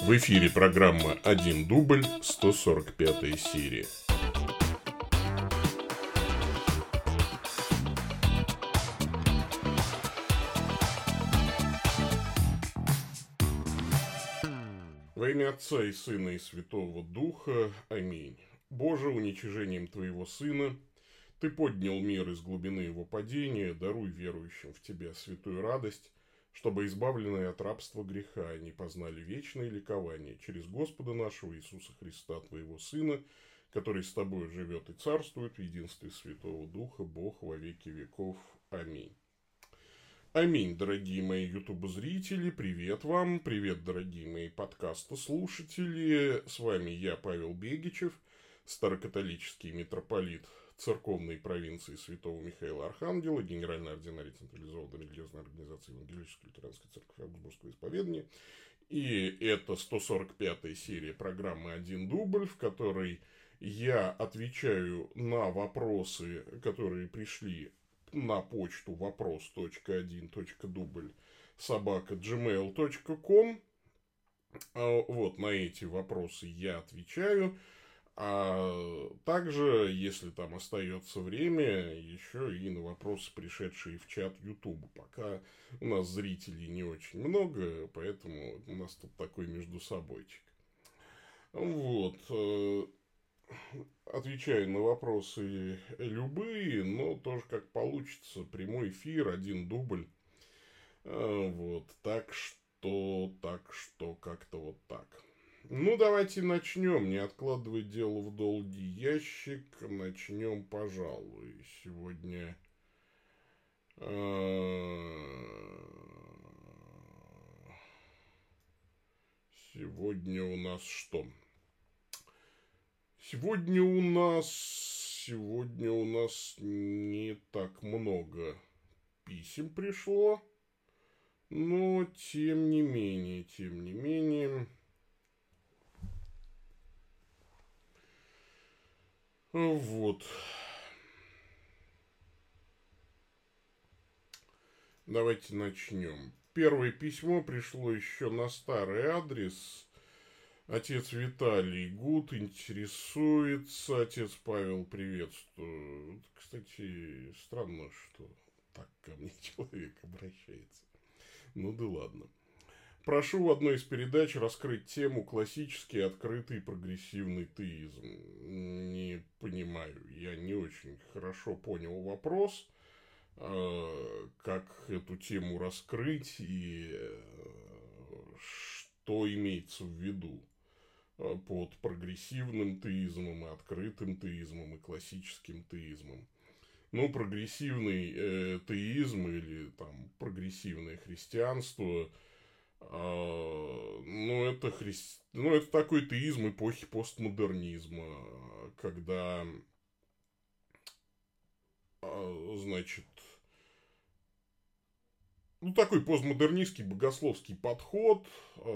В эфире программа «Один дубль», 145 серия. Во имя Отца и Сына и Святого Духа. Аминь. Боже, уничижением Твоего Сына Ты поднял мир из глубины его падения, даруй верующим в Тебя святую радость, чтобы, избавленные от рабства греха, они познали вечное ликование через Господа нашего Иисуса Христа, Твоего Сына, который с Тобой живет и царствует в единстве Святого Духа, Бог во веки веков. Аминь. Аминь, дорогие мои ютуб-зрители, привет вам, привет, дорогие мои подкаста-слушатели, с вами я, Павел Бегичев, старокатолический митрополит церковной провинции Святого Михаила Архангела, генеральный ординарий централизованной религиозной организации Евангелической лютеранской церкви Аугсбургского исповедания. И это 145-я серия программы «Один дубль», в которой я отвечаю на вопросы, которые пришли на почту вопрос.1.дубль@gmail.com. Вот на эти вопросы я отвечаю. А также, если там остается время, еще и на вопросы, пришедшие в чат Ютуба. Пока у нас зрителей не очень много, поэтому у нас тут такой междусобойчик. Вот. Отвечаю на вопросы любые, но тоже как получится. Прямой эфир, один дубль. Вот. Так что как-то вот так. Ну, давайте начнем. Не откладывать дело в долгий ящик. Начнем, пожалуй. Сегодня... Сегодня у нас что? Сегодня у нас не так много писем пришло. Но, тем не менее... Вот. Давайте начнем. Первое письмо пришло еще на старый адрес. Отец Виталий Гуд интересуется. Отец Павел приветствую. Кстати, странно, что так ко мне человек обращается. Ну да ладно. Прошу в одной из передач раскрыть тему классический, открытый, прогрессивный теизм. Не понимаю, я не очень хорошо понял вопрос, как эту тему раскрыть и что имеется в виду под прогрессивным теизмом и открытым теизмом и классическим теизмом. Ну, прогрессивный теизм или там прогрессивное христианство... это такой теизм эпохи постмодернизма, когда, значит, такой постмодернистский богословский подход.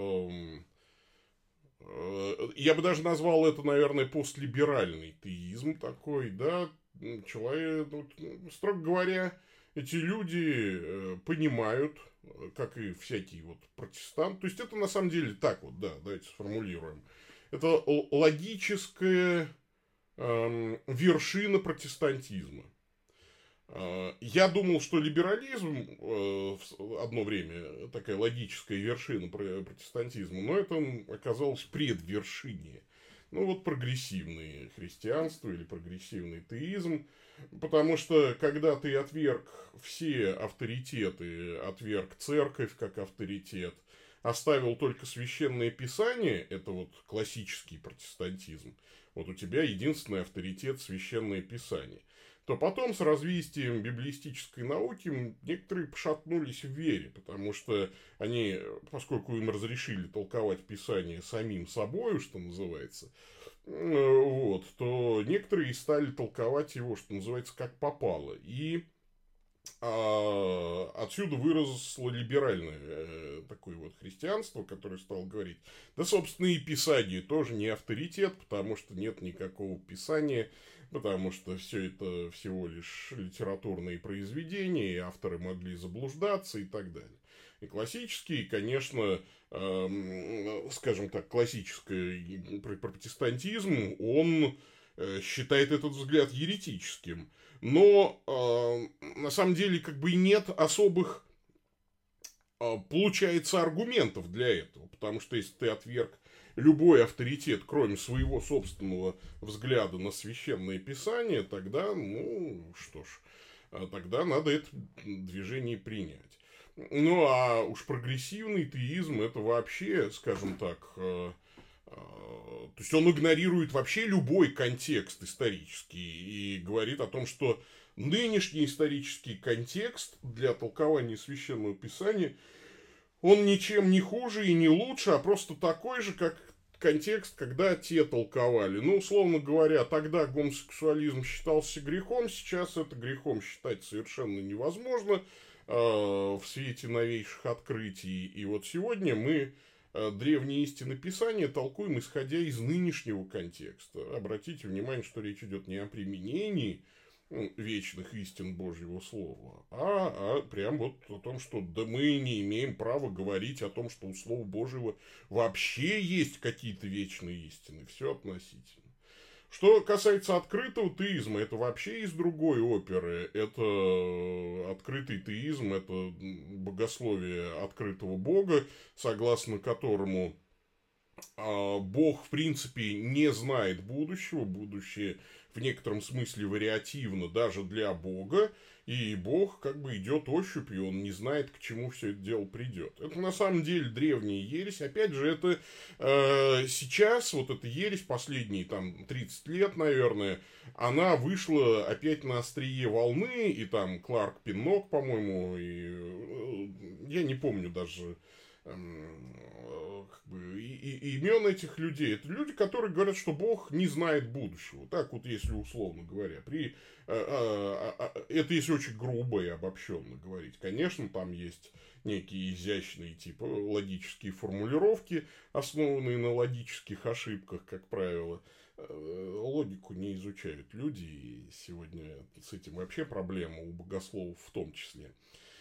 Я бы даже назвал это, наверное, постлиберальный теизм такой, да. Человек, строго говоря, эти люди понимают, как и всякие вот протестанты. То есть, это на самом деле так вот, да, давайте сформулируем. Это логическая вершина протестантизма. Я думал, что либерализм одно время такая логическая вершина протестантизма, но это оказалось предвершине. Ну, вот прогрессивное христианство или прогрессивный теизм. Потому что, когда ты отверг все авторитеты, отверг церковь как авторитет, оставил только священное писание, это вот классический протестантизм, вот у тебя единственный авторитет священное писание, то потом с развитием библеистической науки некоторые пошатнулись в вере, потому что они, поскольку им разрешили толковать Писание самим собою, что называется, вот, то некоторые стали толковать его, что называется, как попало. И отсюда выросло либеральное такое вот христианство, которое стало говорить, да, собственно, и Писание тоже не авторитет, потому что нет никакого Писания, потому что все это всего лишь литературные произведения, и авторы могли заблуждаться и так далее. И классический, конечно, скажем так, классический протестантизм, он считает этот взгляд еретическим. Но на самом деле как бы и нет особых, получается, аргументов для этого. Потому что если ты отверг любой авторитет, кроме своего собственного взгляда на священное писание, тогда, ну, что ж, тогда надо это движение принять. Ну, а уж прогрессивный теизм, это вообще, скажем так, то есть он игнорирует вообще любой контекст исторический и говорит о том, что нынешний исторический контекст для толкования священного писания, он ничем не хуже и не лучше, а просто такой же, как контекст, когда те толковали. Ну, условно говоря, тогда гомосексуализм считался грехом, сейчас это грехом считать совершенно невозможно в свете новейших открытий. И вот сегодня мы древние истины Писания толкуем, исходя из нынешнего контекста. Обратите внимание, что речь идет не о применении вечных истин Божьего Слова, а прям вот о том, что да мы не имеем права говорить о том, что у Слова Божьего вообще есть какие-то вечные истины. Все относительно. Что касается открытого теизма, это вообще из другой оперы. Это открытый теизм, это богословие открытого Бога, согласно которому Бог, в принципе, не знает будущего. Будущее в некотором смысле вариативно даже для Бога. И Бог как бы идет ощупью, он не знает, к чему все это дело придет. Это на самом деле древняя ересь. Опять же, это сейчас, вот эта ересь, последние там 30 лет, наверное, она вышла опять на острие волны. И там Кларк Пиннок, по-моему, и я не помню даже как бы, и имен этих людей. Это люди, которые говорят, что Бог не знает будущего. Так вот, если условно говоря. Это если очень грубо и обобщенно говорить. Конечно, там есть некие изящные типа логические формулировки, основанные на логических ошибках, как правило. Логику не изучают люди, и сегодня с этим вообще проблема у богословов в том числе.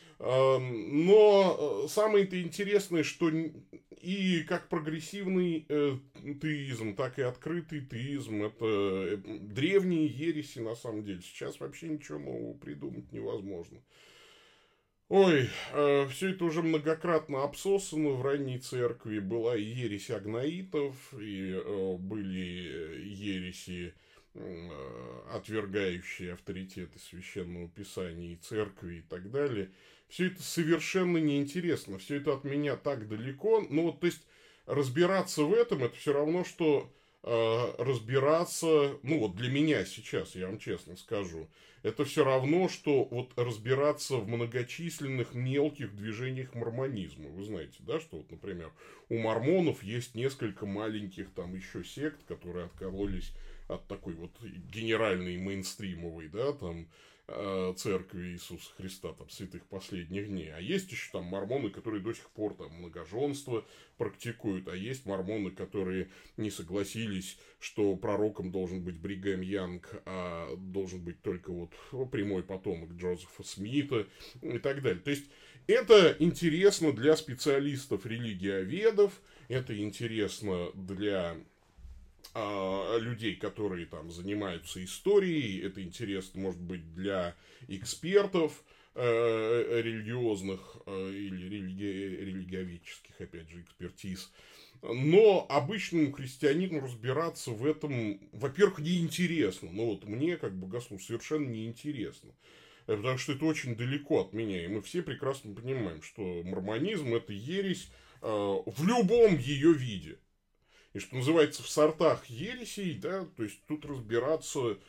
Но самое-то интересное, что и как прогрессивный теизм, так и открытый теизм — это древние ереси на самом деле. Сейчас вообще ничего нового придумать невозможно. Ой, все это уже многократно обсосано. В ранней церкви была и ересь агноитов, и были ереси, отвергающие авторитеты священного писания и церкви и так далее. Все это совершенно неинтересно, все это от меня так далеко. Ну, вот, то есть, разбираться в этом, это все равно, что разбираться, ну, вот для меня сейчас, я вам честно скажу, это все равно, что вот разбираться в многочисленных мелких движениях мормонизма. Вы знаете, да, что вот, например, у мормонов есть несколько маленьких там еще сект, которые откололись от такой вот генеральной мейнстримовой, да, там, церкви Иисуса Христа, там, святых последних дней. А есть еще там мормоны, которые до сих пор там многоженство практикуют, а есть мормоны, которые не согласились, что пророком должен быть Бригхэм Янг, а должен быть только вот прямой потомок Джозефа Смита и так далее. То есть, это интересно для специалистов религиоведов, это интересно для людей, которые там занимаются историей, это интересно, может быть, для экспертов религиозных или религиоведческих, опять же, экспертиз. Но обычному христианину разбираться в этом, во-первых, неинтересно. Ну, вот мне, как богослову, совершенно неинтересно. Потому что это очень далеко от меня. И мы все прекрасно понимаем, что мормонизм – это ересь в любом ее виде. И что называется, в сортах ересей, да, то есть тут разбираться,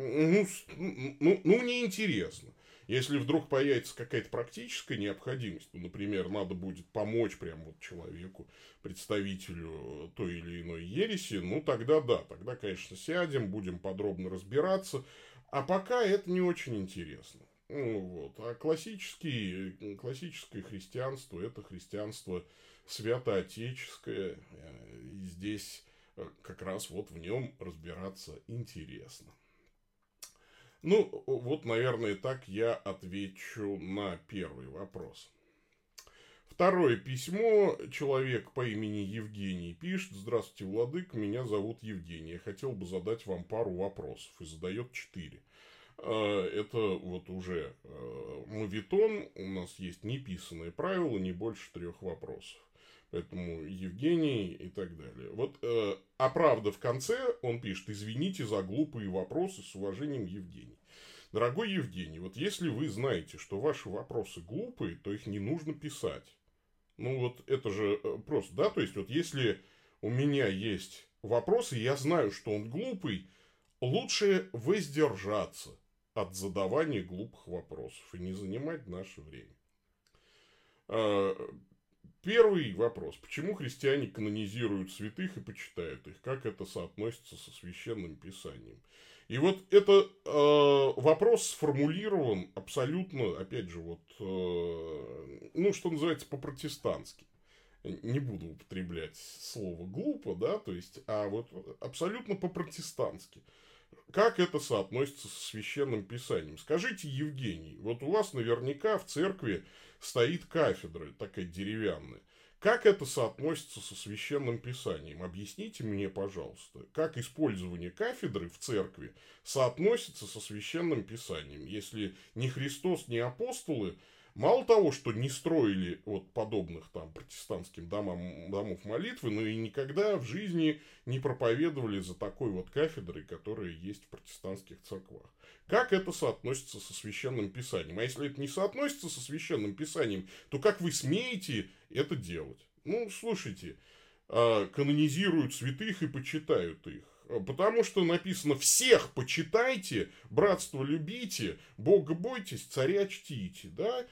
неинтересно. Если вдруг появится какая-то практическая необходимость, ну, например, надо будет помочь прям вот человеку, представителю той или иной ереси, ну, тогда да, тогда, конечно, сядем, будем подробно разбираться, а пока это не очень интересно. Ну, вот. А классическое христианство – это христианство святоотеческое. И здесь как раз вот в нем разбираться интересно. Ну, вот, наверное, так я отвечу на первый вопрос. Второе письмо. Человек по имени Евгений пишет: «Здравствуйте, владыка, меня зовут Евгений. Я хотел бы задать вам пару вопросов». И задает 4. Это вот уже моветон. У нас есть неписанное правило, не больше 3 вопросов. Поэтому Евгений и так далее. Вот, а правда в конце он пишет: «Извините за глупые вопросы, с уважением, Евгений». Дорогой Евгений, вот если вы знаете, что ваши вопросы глупые, то их не нужно писать. Ну вот это же просто, да, то есть вот если у меня есть вопрос, и я знаю, что он глупый, лучше воздержаться от задавания глупых вопросов и не занимать наше время. Первый вопрос. Почему христиане канонизируют святых и почитают их? Как это соотносится со священным писанием? И вот это вопрос сформулирован абсолютно, опять же, вот, ну, что называется, по-протестантски. Не буду употреблять слово глупо, да, то есть, а вот абсолютно по-протестантски. Как это соотносится со священным писанием? Скажите, Евгений, вот у вас наверняка в церкви стоит кафедра, такая деревянная. Как это соотносится со священным писанием? Объясните мне, пожалуйста, как использование кафедры в церкви соотносится со священным писанием? Если ни Христос, ни апостолы мало того, что не строили вот подобных там протестантским домов молитвы, но и никогда в жизни не проповедовали за такой вот кафедрой, которая есть в протестантских церквах. Как это соотносится со священным писанием? А если это не соотносится со священным писанием, то как вы смеете это делать? Ну, слушайте, канонизируют святых и почитают их. Потому что написано: всех почитайте, братство любите, Бога бойтесь, царя чтите. Да?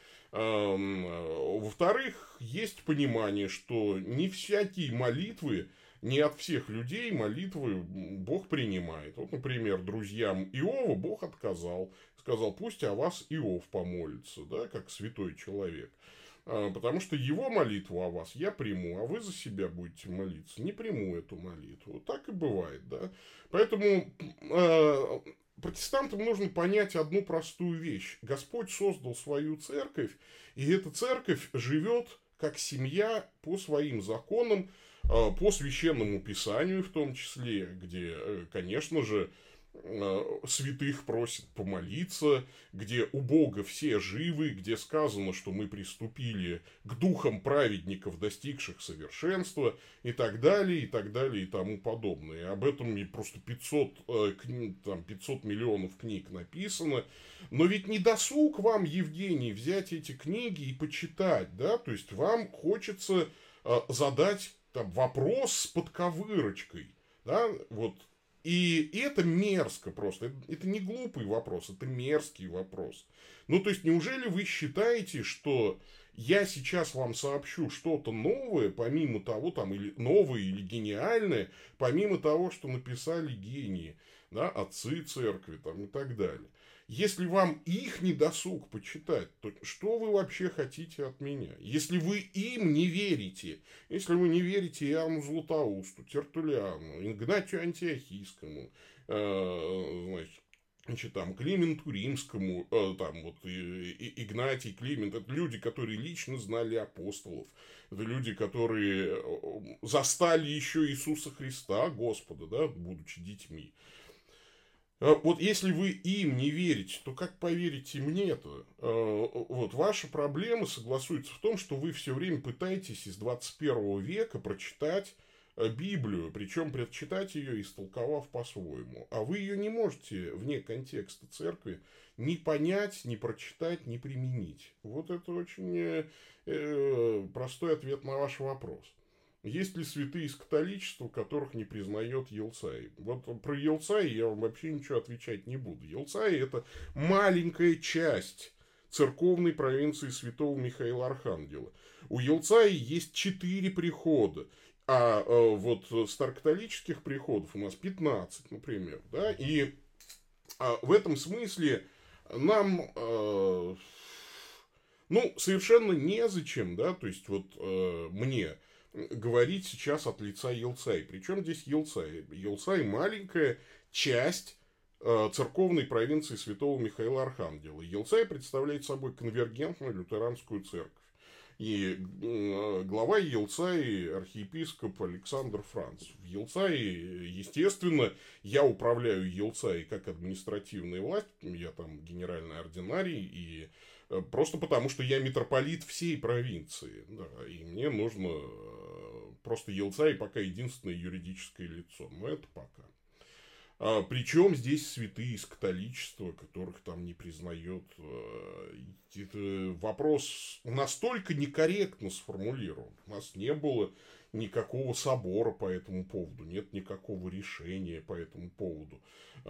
Во-вторых, есть понимание, что не всякие молитвы, не от всех людей молитвы Бог принимает. Вот, например, друзьям Иова Бог отказал. Сказал: пусть о вас Иов помолится, да, как святой человек. Потому что его молитву о вас я приму, а вы за себя будете молиться. Не приму эту молитву. Так и бывает, да. Поэтому протестантам нужно понять одну простую вещь. Господь создал свою церковь, и эта церковь живет как семья по своим законам, по священному писанию в том числе, где, конечно же, святых просят помолиться, где у Бога все живы, где сказано, что мы приступили к духам праведников, достигших совершенства, и так далее, и так далее, и тому подобное. И об этом и просто 500 миллионов книг написано. Но ведь не досуг вам, Евгений, взять эти книги и почитать, да? То есть вам хочется задать там вопрос с подковырочкой, да, вот. И это мерзко просто. Это не глупый вопрос, это мерзкий вопрос. Ну, то есть, неужели вы считаете, что я сейчас вам сообщу что-то новое, помимо того, там, или новое, или гениальное, помимо того, что написали гении, да, отцы церкви, там, и так далее. Если вам их не досуг почитать, то что вы вообще хотите от меня? Если вы им не верите, если вы не верите Иоанну Златоусту, Тертуллиану, Игнатию Антиохийскому, значит, там, Клименту Римскому, там, вот, Игнатий, Климент, это люди, которые лично знали апостолов, это люди, которые застали еще Иисуса Христа, Господа, да, будучи детьми. Вот если вы им не верите, то как поверите мне-то? Вот ваша проблема согласуется в том, что вы все время пытаетесь из 21 века прочитать Библию, причем прочитать ее, истолковав по-своему. А вы ее не можете вне контекста церкви ни понять, ни прочитать, ни применить. Вот это очень простой ответ на ваш вопрос. Есть ли святые из католичества, которых не признает Елцай? Вот про Елцай я вам вообще ничего отвечать не буду. Елцай — это маленькая часть церковной провинции святого Михаила Архангела. У Елцая есть 4 прихода, а вот старокатолических приходов у нас 15, например. Да? И в этом смысле нам совершенно незачем, да, то есть вот мне говорить сейчас от лица Елцай. Причем здесь Елцай? Елцай — маленькая часть церковной провинции святого Михаила Архангела. Елцай представляет собой конвергентную лютеранскую церковь. И глава Елцаи архиепископ Александр Франц. В Елцаи, естественно, я управляю Елцаи как административная власть, я там генеральный ординарий, и просто потому, что я митрополит всей провинции. Да, и мне нужно просто Елцаи пока единственное юридическое лицо. Но это пока. Причем здесь святые из католичества, которых там не признает. Это вопрос настолько некорректно сформулирован. У нас не было никакого собора по этому поводу, нет никакого решения по этому поводу.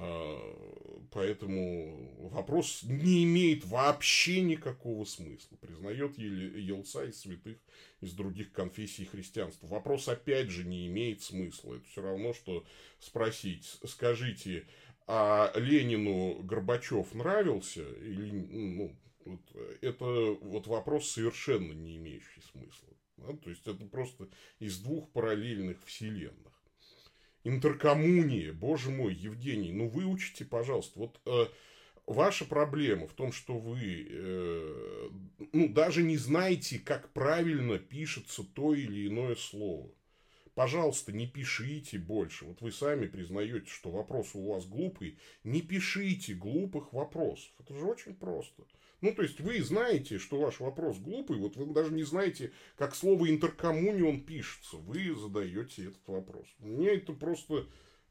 Поэтому вопрос не имеет вообще никакого смысла. Признает Елцай святых из других конфессий христианства. Вопрос опять же не имеет смысла. Это все равно, что спросить, скажите, а Ленину Горбачев нравился? Или, ну, вот, это вот вопрос совершенно не имеющий смысла. Да? То есть, это просто из двух параллельных вселенных. Интеркоммуния, боже мой, Евгений, ну выучите, пожалуйста. Вот ваша проблема в том, что вы ну, даже не знаете, как правильно пишется то или иное слово. Пожалуйста, не пишите больше. Вот вы сами признаете, что вопрос у вас глупый. Не пишите глупых вопросов. Это же очень просто. Ну, то есть, вы знаете, что ваш вопрос глупый, вот вы даже не знаете, как слово интеркоммунион пишется. Вы задаете этот вопрос. Мне это просто...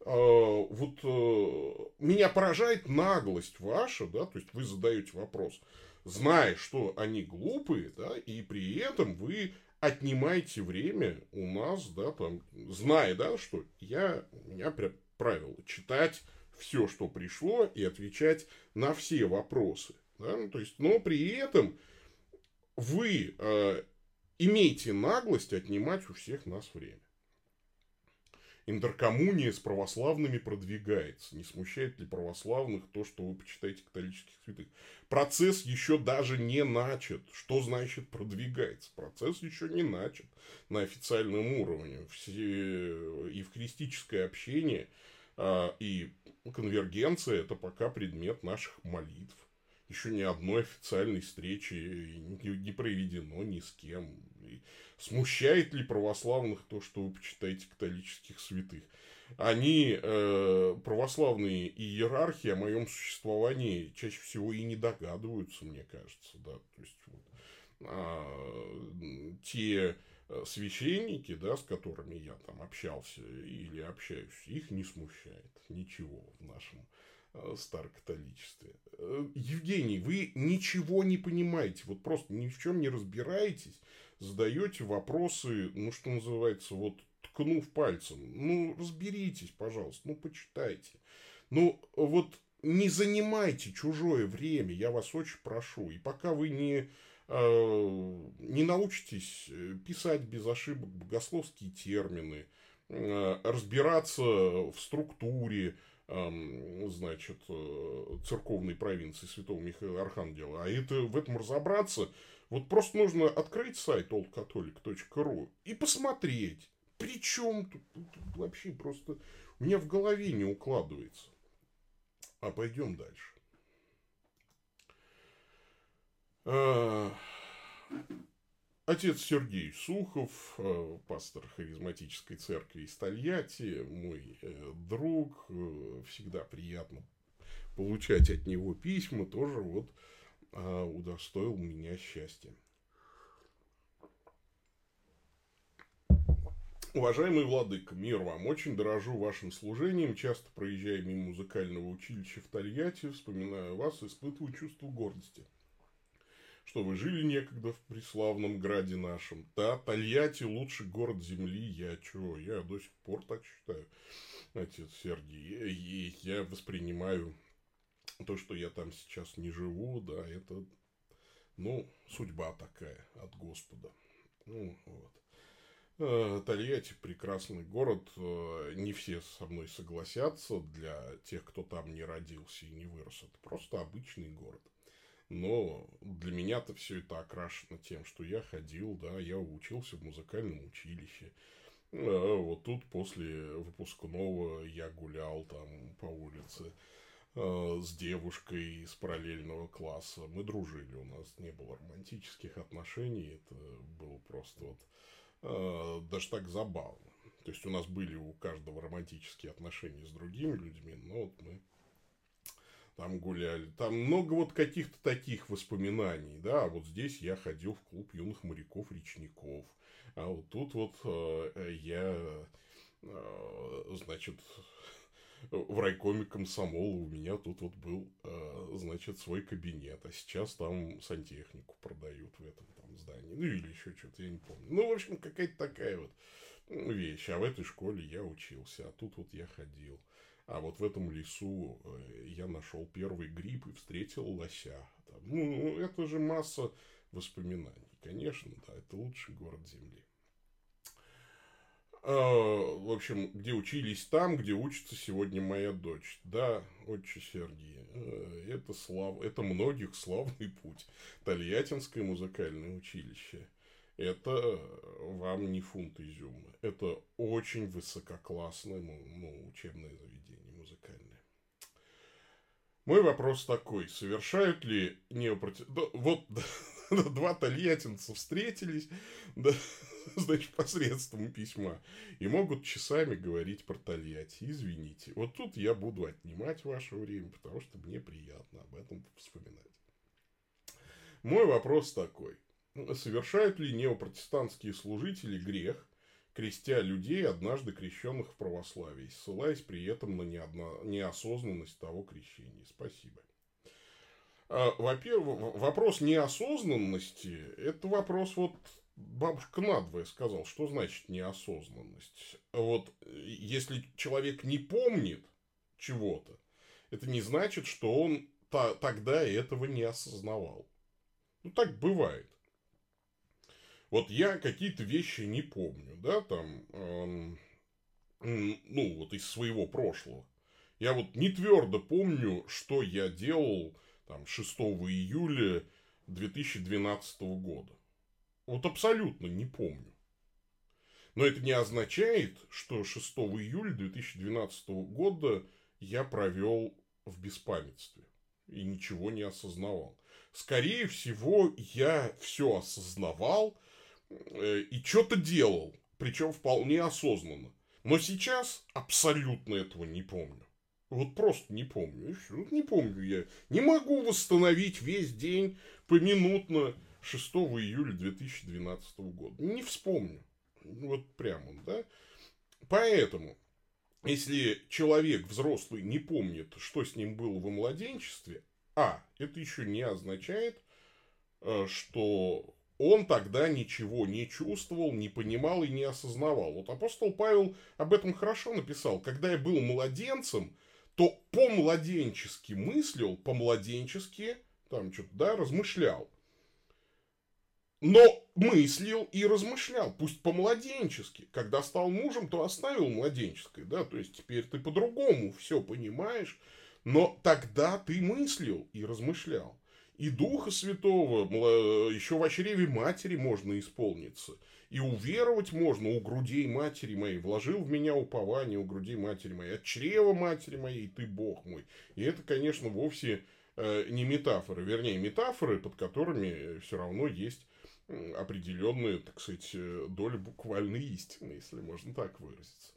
меня поражает наглость ваша, да, то есть, вы задаете вопрос, зная, что они глупые, да, и при этом вы отнимайте время у нас, да, там, зная, да, что у меня правило читать все, что пришло, и отвечать на все вопросы. Да? Ну, то есть, но при этом вы имеете наглость отнимать у всех нас время. Интеркоммуния с православными продвигается. Не смущает ли православных то, что вы почитаете католических святых? Процесс еще даже не начат. Что значит продвигается? Процесс еще не начат на официальном уровне. И в крестическое общение, и конвергенция – это пока предмет наших молитв. Еще ни одной официальной встречи не проведено ни с кем. И смущает ли православных то, что вы почитаете католических святых? Они, православные иерархи, о моем существовании чаще всего и не догадываются, мне кажется. Да? То есть, вот, те священники, да, с которыми я там общался или общаюсь, их не смущает ничего в нашем старокатоличестве. Евгений, вы ничего не понимаете, вот просто ни в чем не разбираетесь, задаете вопросы, ну, что называется, вот ткнув пальцем. Ну, разберитесь, пожалуйста, ну, почитайте. Ну, вот не занимайте чужое время, я вас очень прошу. И пока вы не научитесь писать без ошибок богословские термины, разбираться в структуре, значит, церковной провинции Святого Михаила Архангела, в этом разобраться, вот просто нужно открыть сайт oldcatholic.ru и посмотреть, при чем тут вообще просто у меня в голове не укладывается. А пойдем дальше. Отец Сергей Сухов, пастор харизматической церкви из Тольятти, мой друг, всегда приятно получать от него письма, тоже вот удостоил меня счастья. Уважаемый владыка, мир вам, очень дорожу вашим служением, часто проезжая мимо музыкального училища в Тольятти, вспоминаю вас и испытываю чувство гордости, что вы жили некогда в преславном граде нашем. Да, Тольятти лучший город земли, я до сих пор так считаю, отец Сергей. И я воспринимаю то, что я там сейчас не живу, да, это, ну, судьба такая от Господа. Ну, вот. Тольятти прекрасный город, не все со мной согласятся, для тех, кто там не родился и не вырос, это просто обычный город. Но для меня-то все это окрашено тем, что я ходил, да, я учился в музыкальном училище. Вот тут после выпускного я гулял там по улице. с девушкой из параллельного класса. Мы дружили, у нас не было романтических отношений, это было просто даже так забавно. То есть у нас были у каждого романтические отношения с другими людьми, но вот мы там гуляли. Там много вот каких-то таких воспоминаний, да, вот здесь я ходил в клуб юных моряков-речников, а вот тут вот я, значит, в райкоме комсомола у меня тут вот был, значит, свой кабинет, а сейчас там сантехнику продают в этом там здании, ну или еще что-то, я не помню. Ну, в общем, какая-то такая вот вещь. А в этой школе я учился, а тут вот я ходил. А вот в этом лесу я нашел первый гриб и встретил лося. Там, ну, это же масса воспоминаний. Конечно, да, это лучший город Земли. В общем, где учились там, где учится сегодня моя дочь. Да, отче Сергий, это многих славный путь. Тольяттинское музыкальное училище. Это вам не фунт изюма. Это очень высококлассное учебное заведение музыкальное. Мой вопрос такой. Совершают ли вот два тольяттинца встретились, да, значит, посредством письма, и могут часами говорить про Тольятти. Извините. Вот тут я буду отнимать ваше время, потому что мне приятно об этом вспоминать. Мой вопрос такой. Совершают ли неопротестантские служители грех, крестя людей, однажды крещенных в православии, ссылаясь при этом на неосознанность того крещения? Спасибо. Во-первых, вопрос неосознанности – это вопрос вот бабушка надвое сказал, что значит неосознанность. Вот если человек не помнит чего-то, это не значит, что он тогда этого не осознавал. Ну, так бывает. Вот я какие-то вещи не помню, да, там, ну, вот из своего прошлого. Я вот не твердо помню, что я делал там 6 июля 2012 года. Вот абсолютно не помню. Но это не означает, что 6 июля 2012 года я провел в беспамятстве и ничего не осознавал. Скорее всего, я все осознавал и что-то делал, причем вполне осознанно. Но сейчас абсолютно этого не помню. Вот просто не помню. Вот не помню я. Не могу восстановить весь день поминутно 6 июля 2012 года. Не вспомню. Вот прямо, да. Поэтому, если человек взрослый не помнит, что с ним было во младенчестве, это еще не означает, что он тогда ничего не чувствовал, не понимал и не осознавал. Вот апостол Павел об этом хорошо написал. Когда я был младенцем, то по-младенчески мыслил, по-младенчески там что-то, да, размышлял. Но мыслил и размышлял, пусть по-младенчески. Когда стал мужем, то оставил младенческое, да, то есть теперь ты по-другому все понимаешь, но тогда ты мыслил и размышлял. И Духа Святого еще в чреве матери можно исполниться. И уверовать можно у грудей матери моей. Вложил в меня упование у грудей матери моей. От чрева матери моей ты Бог мой. И это, конечно, вовсе не метафоры. Вернее, метафоры, под которыми все равно есть определенную, так сказать, долю буквальной истины, если можно так выразиться.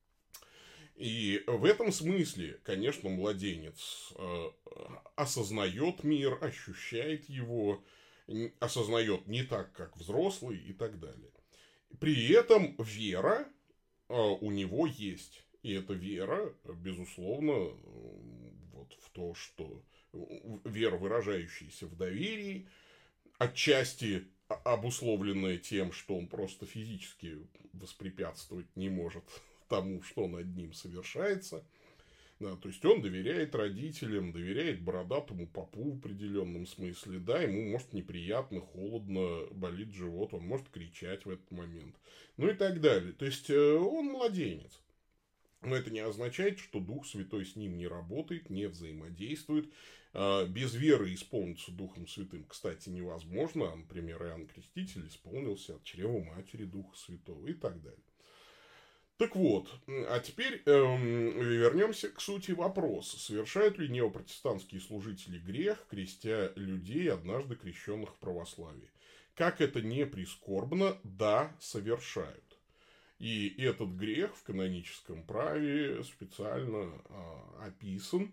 И в этом смысле, конечно, младенец осознает мир, ощущает его, осознает не так, как взрослый и так далее. При этом вера у него есть. И эта вера, безусловно, вот в то, что вера, выражающаяся в доверии, отчасти обусловленная тем, что он просто физически воспрепятствовать не может тому, что над ним совершается. Да, то есть он доверяет родителям, доверяет бородатому попу в определенном смысле. Да, ему может неприятно, холодно, болит живот, он может кричать в этот момент. Ну и так далее. То есть он младенец. Но это не означает, что Дух Святой с ним не работает, не взаимодействует. Без веры исполниться Духом Святым, кстати, невозможно. Например, Иоанн Креститель исполнился от чрева матери Духа Святого и так далее. Так вот, а теперь вернемся к сути вопроса. Совершают ли неопротестантские служители грех, крестя людей, однажды крещенных в православии? Как это не прискорбно, да, совершают. И этот грех в каноническом праве специально описан.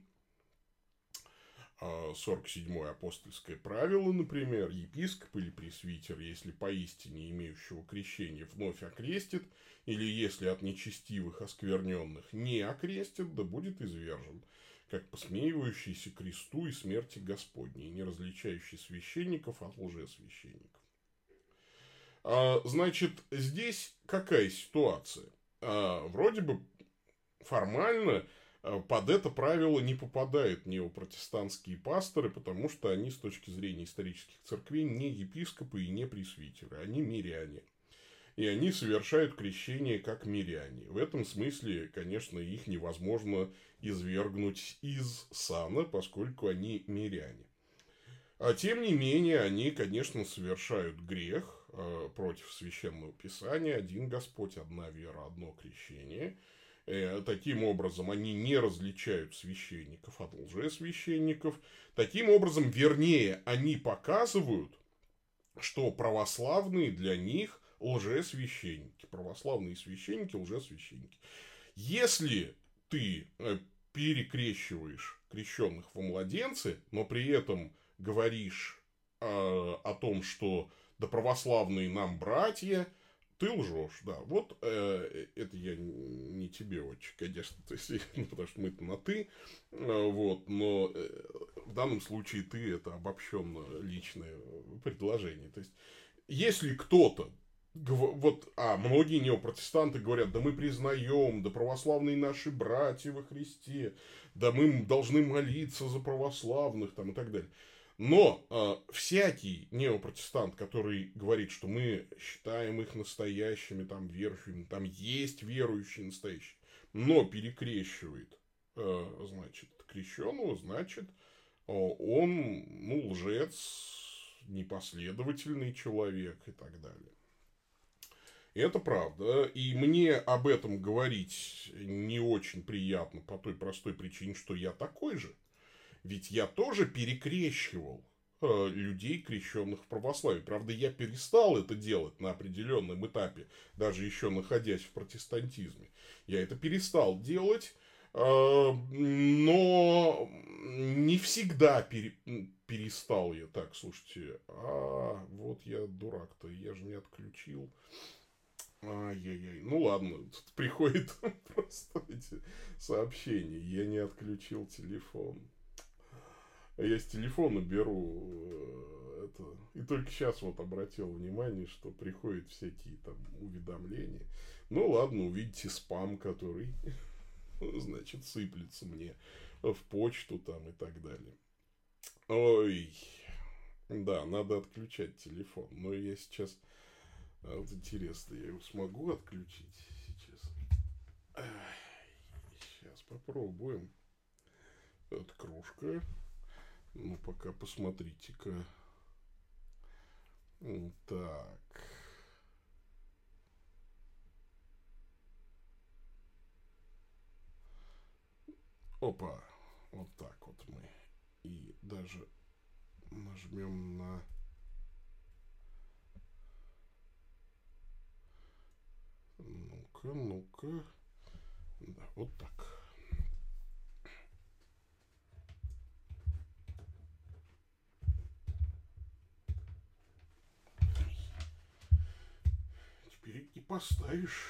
47-е апостольское правило, например, епископ или пресвитер, если поистине имеющего крещение вновь окрестит, или если от нечестивых оскверненных не окрестит, да будет извержен, как посмеивающийся кресту и смерти Господней, не различающий священников от лжесвященников. Значит, здесь какая ситуация? Вроде бы формально под это правило не попадают неопротестантские пасторы, потому что они с точки зрения исторических церквей не епископы и не пресвитеры, они миряне. И они совершают крещение как миряне. В этом смысле, конечно, их невозможно извергнуть из сана, поскольку они миряне. А тем не менее, они, конечно, совершают грех против Священного Писания. Один Господь, одна вера, одно крещение. Таким образом, они не различают священников от лжесвященников. Таким образом, вернее, они показывают, что православные для них лжесвященники. Православные священники – лжесвященники. Если ты перекрещиваешь крещенных во младенцы, но при этом говоришь о том, что да православные нам братья, ты лжешь, да. Вот это я не тебе очень, конечно, то есть, потому что мы-то на ты, вот, но в данном случае ты это обобщенно личное предложение. То есть, если кто-то, вот, многие неопротестанты говорят, да мы признаем, да православные наши братья во Христе, да мы должны молиться за православных, там, и так далее. Но всякий неопротестант, который говорит, что мы считаем их настоящими, там, верующими, там есть верующие настоящие, но перекрещивает, значит, крещенного, значит, он, ну, лжец, непоследовательный человек и так далее. И это правда. И мне об этом говорить не очень приятно по той простой причине, что я такой же. Ведь я тоже перекрещивал людей, крещенных в православии. Правда, я перестал это делать на определенном этапе, даже еще находясь в протестантизме. Я это перестал делать, но не всегда перестал я. Так, слушайте, вот я дурак-то, я же не отключил. Ай-яй-яй. Ну ладно, тут приходит просто эти сообщения. Я не отключил телефон. Я с телефона беру это. И только сейчас вот обратил внимание, что приходят всякие там уведомления. Ну ладно, увидите спам, который, значит, сыплется мне в почту там и так далее. Ой, да, надо отключать телефон. Но я сейчас... вот интересно, я его смогу отключить сейчас? Сейчас попробуем. Это кружка. Ну, пока посмотрите-ка. Так. Опа. Вот так вот мы. И даже нажмем на... Ну-ка, ну-ка. Да, вот так. Теперь и поставишь.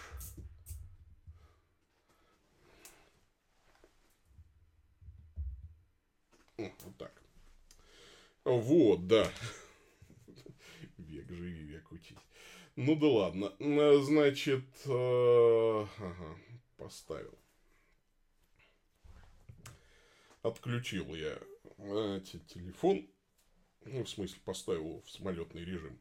Вот так. Вот, да. Век живи, век учись. Ну да ладно. Значит, ага, поставил. Отключил я телефон. Ну, в смысле, поставил его в самолетный режим.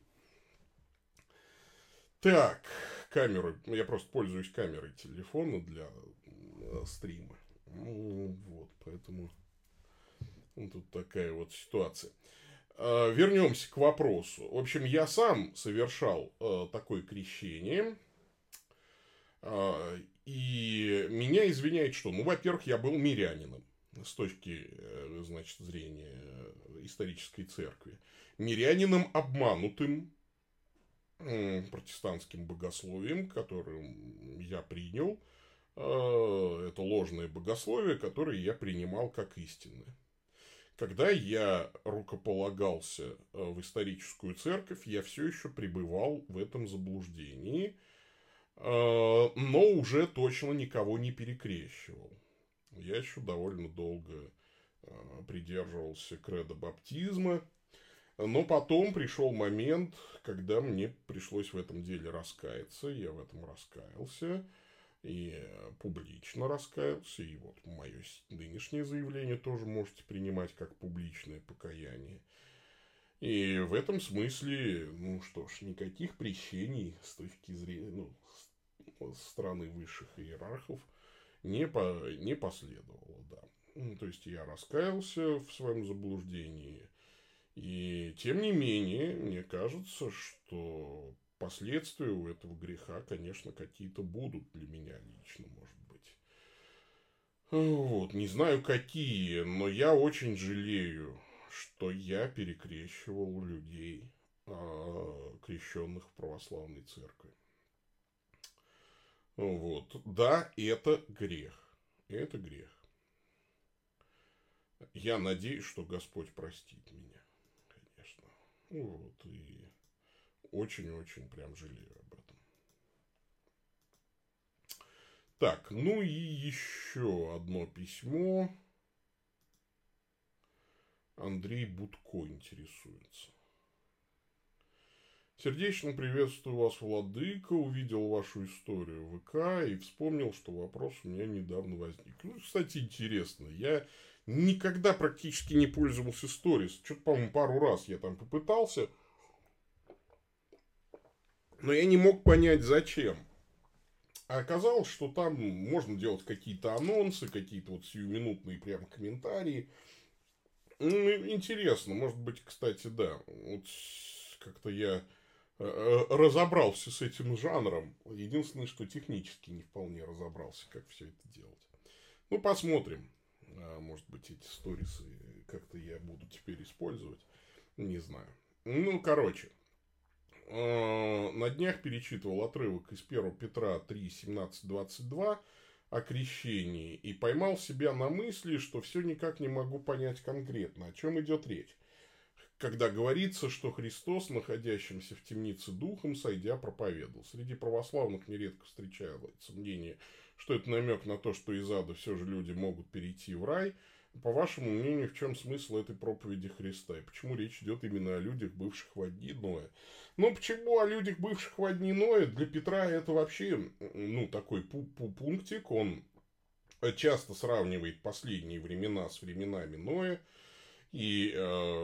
Так, камеру. Я просто пользуюсь камерой телефона для стрима. Ну, вот, поэтому тут такая вот ситуация. Вернемся к вопросу. В общем, я сам совершал такое крещение. И меня извиняет что? Ну, во-первых, я был мирянином с точки, значит, зрения исторической церкви. Мирянином обманутым протестантским богословием, которым я принял. Это ложное богословие, которое я принимал как истинное. Когда я рукополагался в историческую церковь, я все еще пребывал в этом заблуждении, но уже точно никого не перекрещивал. Я еще довольно долго придерживался кредо баптизма, но потом пришел момент, когда мне пришлось в этом деле раскаяться. Я в этом раскаялся. И публично раскаялся. И вот мое нынешнее заявление тоже можете принимать как публичное покаяние. И в этом смысле, ну что ж, никаких прещений с точки зрения, со стороны высших иерархов не последовало, да. То есть я раскаялся в своем заблуждении. И тем не менее, мне кажется, что последствия у этого греха, конечно, какие-то будут для меня лично, может быть. Вот, не знаю какие, но я очень жалею, что я перекрещивал людей, крещенных в православной церкви. Вот, да, это грех. Это грех. Я надеюсь, что Господь простит меня, конечно. Вот, и очень-очень прям жалею об этом. Так, ну и еще одно письмо. Андрей Будко интересуется. Сердечно приветствую вас, владыка. Увидел вашу историю в ВК и вспомнил, что вопрос у меня недавно возник. Ну, кстати, интересно. Я никогда практически не пользовался сторис. Что-то, по-моему, пару раз я там попытался. Но я не мог понять, зачем. А оказалось, что там можно делать какие-то анонсы, какие-то вот сиюминутные прям комментарии. Ну, интересно, может быть, кстати, да. Вот как-то я разобрался с этим жанром. Единственное, что технически не вполне разобрался, как все это делать. Ну, посмотрим. Может быть, эти сторисы как-то я буду теперь использовать. Не знаю. Ну, короче. На днях перечитывал отрывок из 1 Петра 3, 17, 22 о крещении и поймал себя на мысли, что все никак не могу понять конкретно, о чем идет речь. Когда говорится, что Христос, находящимся в темнице духом, сойдя, проповедовал. Среди православных нередко встречается мнение, что это намек на то, что из ада все же люди могут перейти в рай. По вашему мнению, в чем смысл этой проповеди Христа? И почему речь идет именно о людях, бывших во дни Ноя? Ну, почему о людях, бывших во дни Ноя? Для Петра это вообще, ну, такой пунктик. Он часто сравнивает последние времена с временами Ноя. И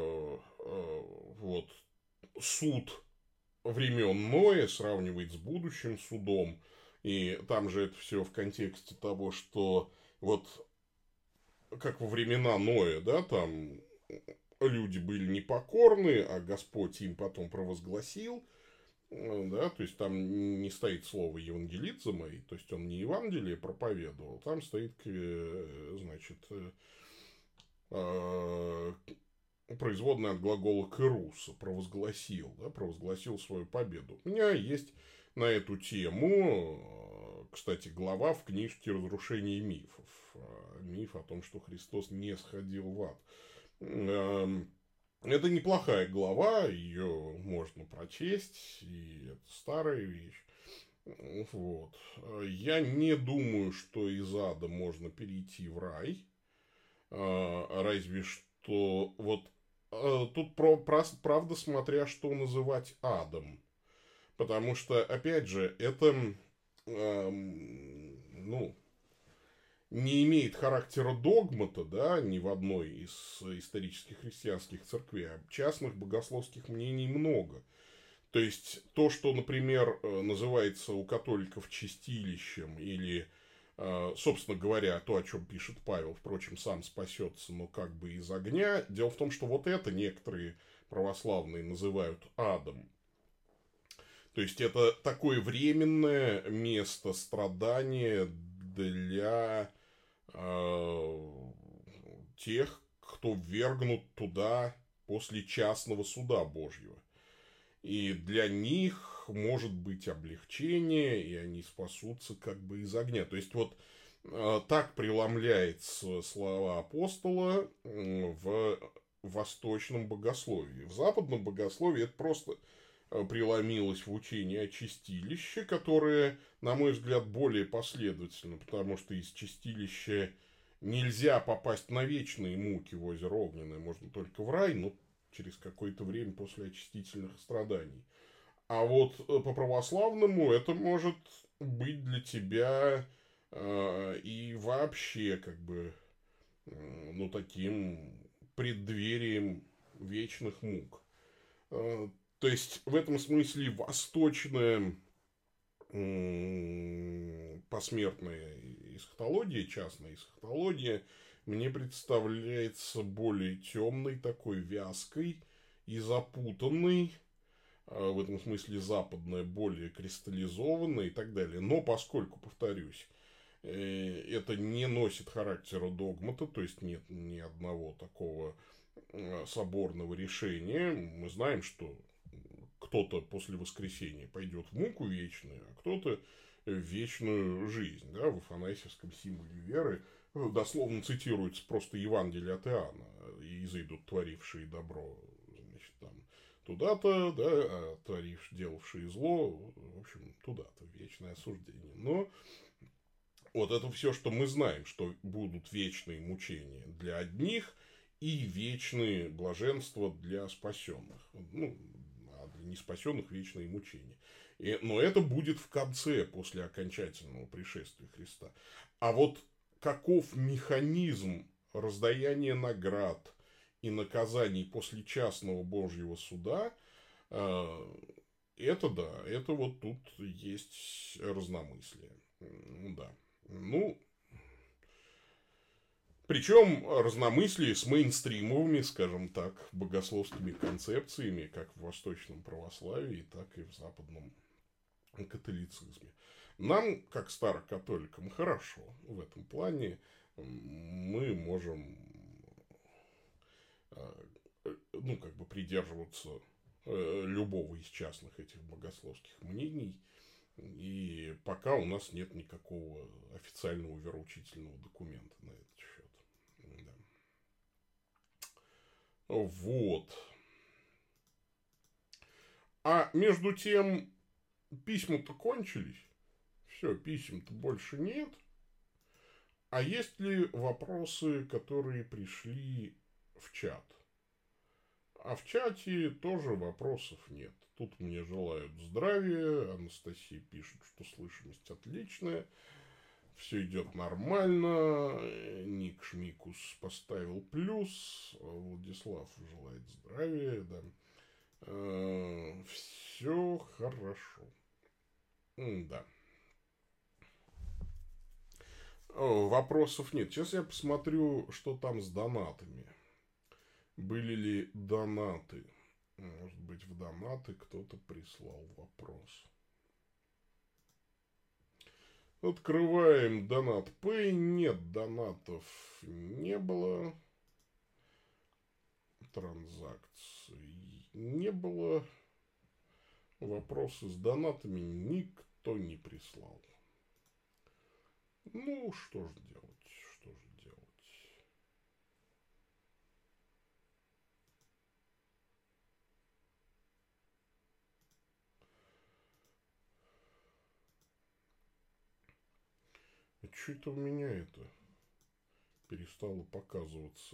вот суд времен Ноя сравнивает с будущим судом. И там же это все в контексте того, что вот как во времена Ноя, да, там люди были непокорны, а Господь им потом провозгласил, да, то есть там не стоит слово евангелизма, то есть он не Евангелие проповедовал, там стоит, значит, производная от глагола «керуса», провозгласил, да, провозгласил свою победу. У меня есть на эту тему, кстати, глава в книжке «Разрушение мифов». Миф о том, что Христос не сходил в ад. Это неплохая глава, ее можно прочесть, и это старая вещь. Вот. Я не думаю, что из ада можно перейти в рай, разве что вот тут правда, смотря что называть адом. Потому что, опять же, это, ну, не имеет характера догмата, да, ни в одной из исторических христианских церквей, а частных богословских мнений много. То есть, то, что, например, называется у католиков чистилищем или, собственно говоря, то, о чем пишет Павел, впрочем, сам спасется, но как бы из огня. Дело в том, что вот это некоторые православные называют адом. То есть это такое временное место страдания для тех, кто ввергнут туда после частного суда Божьего. И для них может быть облегчение, и они спасутся как бы из огня. То есть вот так преломляется слова апостола в восточном богословии. В западном богословии это просто преломилось в учение о чистилище, которое, на мой взгляд, более последовательно, потому что из чистилища нельзя попасть на вечные муки в озеро Огненное, можно только в рай, но через какое-то время после очистительных страданий. А вот по православному это может быть для тебя и вообще как бы ну таким преддверием вечных мук. То есть в этом смысле восточная посмертная эсхатология, частная эсхатология, мне представляется более темной, такой вязкой и запутанной. В этом смысле западная более кристаллизованная и так далее. Но поскольку, повторюсь, это не носит характера догмата, то есть нет ни одного такого соборного решения, мы знаем, что кто-то после воскресения пойдет в муку вечную, а кто-то в вечную жизнь. Да, в Афанасьевском символе веры дословно цитируется просто Евангелие от Иоанна. «И изыдут творившие добро, значит, там, туда-то, да, а делавшие зло, в общем, туда-то, вечное осуждение». Но вот это все, что мы знаем, что будут вечные мучения для одних и вечные блаженства для спасенных. Ну, а для неспасенных вечные мучения. Но это будет в конце, после окончательного пришествия Христа. А вот каков механизм раздаяния наград и наказаний после частного Божьего суда, это да, это вот тут есть разномыслие. Да. Ну, причем разномыслие с мейнстримовыми, скажем так, богословскими концепциями, как в восточном православии, так и в западном католицизме. Нам, как старокатоликам, хорошо в этом плане. Мы можем ну, как бы придерживаться любого из частных этих богословских мнений. И пока у нас нет никакого официального вероучительного документа на этот счет. Да. Вот. А между тем, письма-то кончились. Все, писем-то больше нет. А есть ли вопросы, которые пришли в чат? А в чате тоже вопросов нет. Тут мне желают здравия. Анастасия пишет, что слышимость отличная. Все идет нормально. Ник Шмикус поставил плюс. Владислав желает здравия. Да. Все хорошо. Да. Вопросов нет. Сейчас я посмотрю, что там с донатами. Были ли донаты? Может быть, в донаты кто-то прислал вопрос. Открываем донат Pay. Нет, донатов не было. Транзакций не было. Вопросы с донатами никто не прислал. Ну, что же делать? Что же делать? А что это у меня это перестало показываться?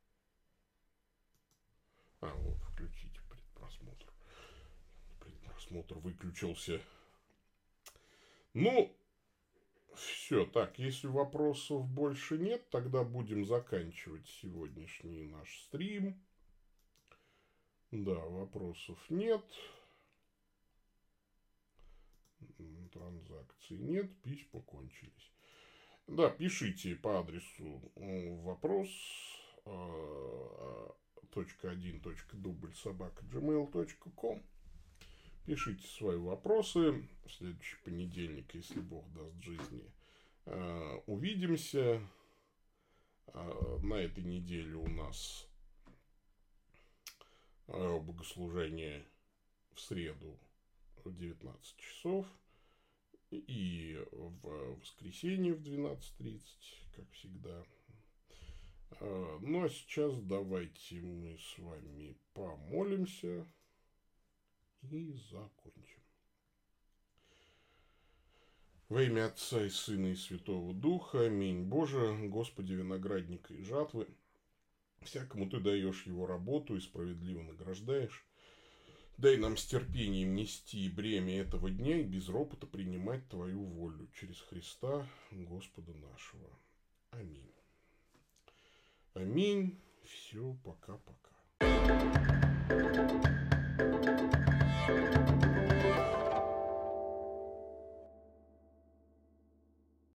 А, вот, включите предпросмотр. Предпросмотр выключился. Ну, все, так, если вопросов больше нет, тогда будем заканчивать сегодняшний наш стрим. Да, вопросов нет. Транзакций нет, письма кончились. Да, пишите по адресу вопрос .1.дубль@gmail.com. Пишите свои вопросы. В следующий понедельник, если Бог даст жизни, увидимся. На этой неделе у нас богослужение в среду в 19 часов и в воскресенье в 12:30, как всегда. Ну а сейчас давайте мы с вами помолимся и закончим. Во имя Отца и Сына и Святого Духа. Аминь. Боже, Господи, виноградника и жатвы, всякому Ты даешь его работу и справедливо награждаешь. Дай нам с терпением нести бремя этого дня и без ропота принимать Твою волю через Христа Господа нашего. Аминь. Аминь. Все, пока-пока.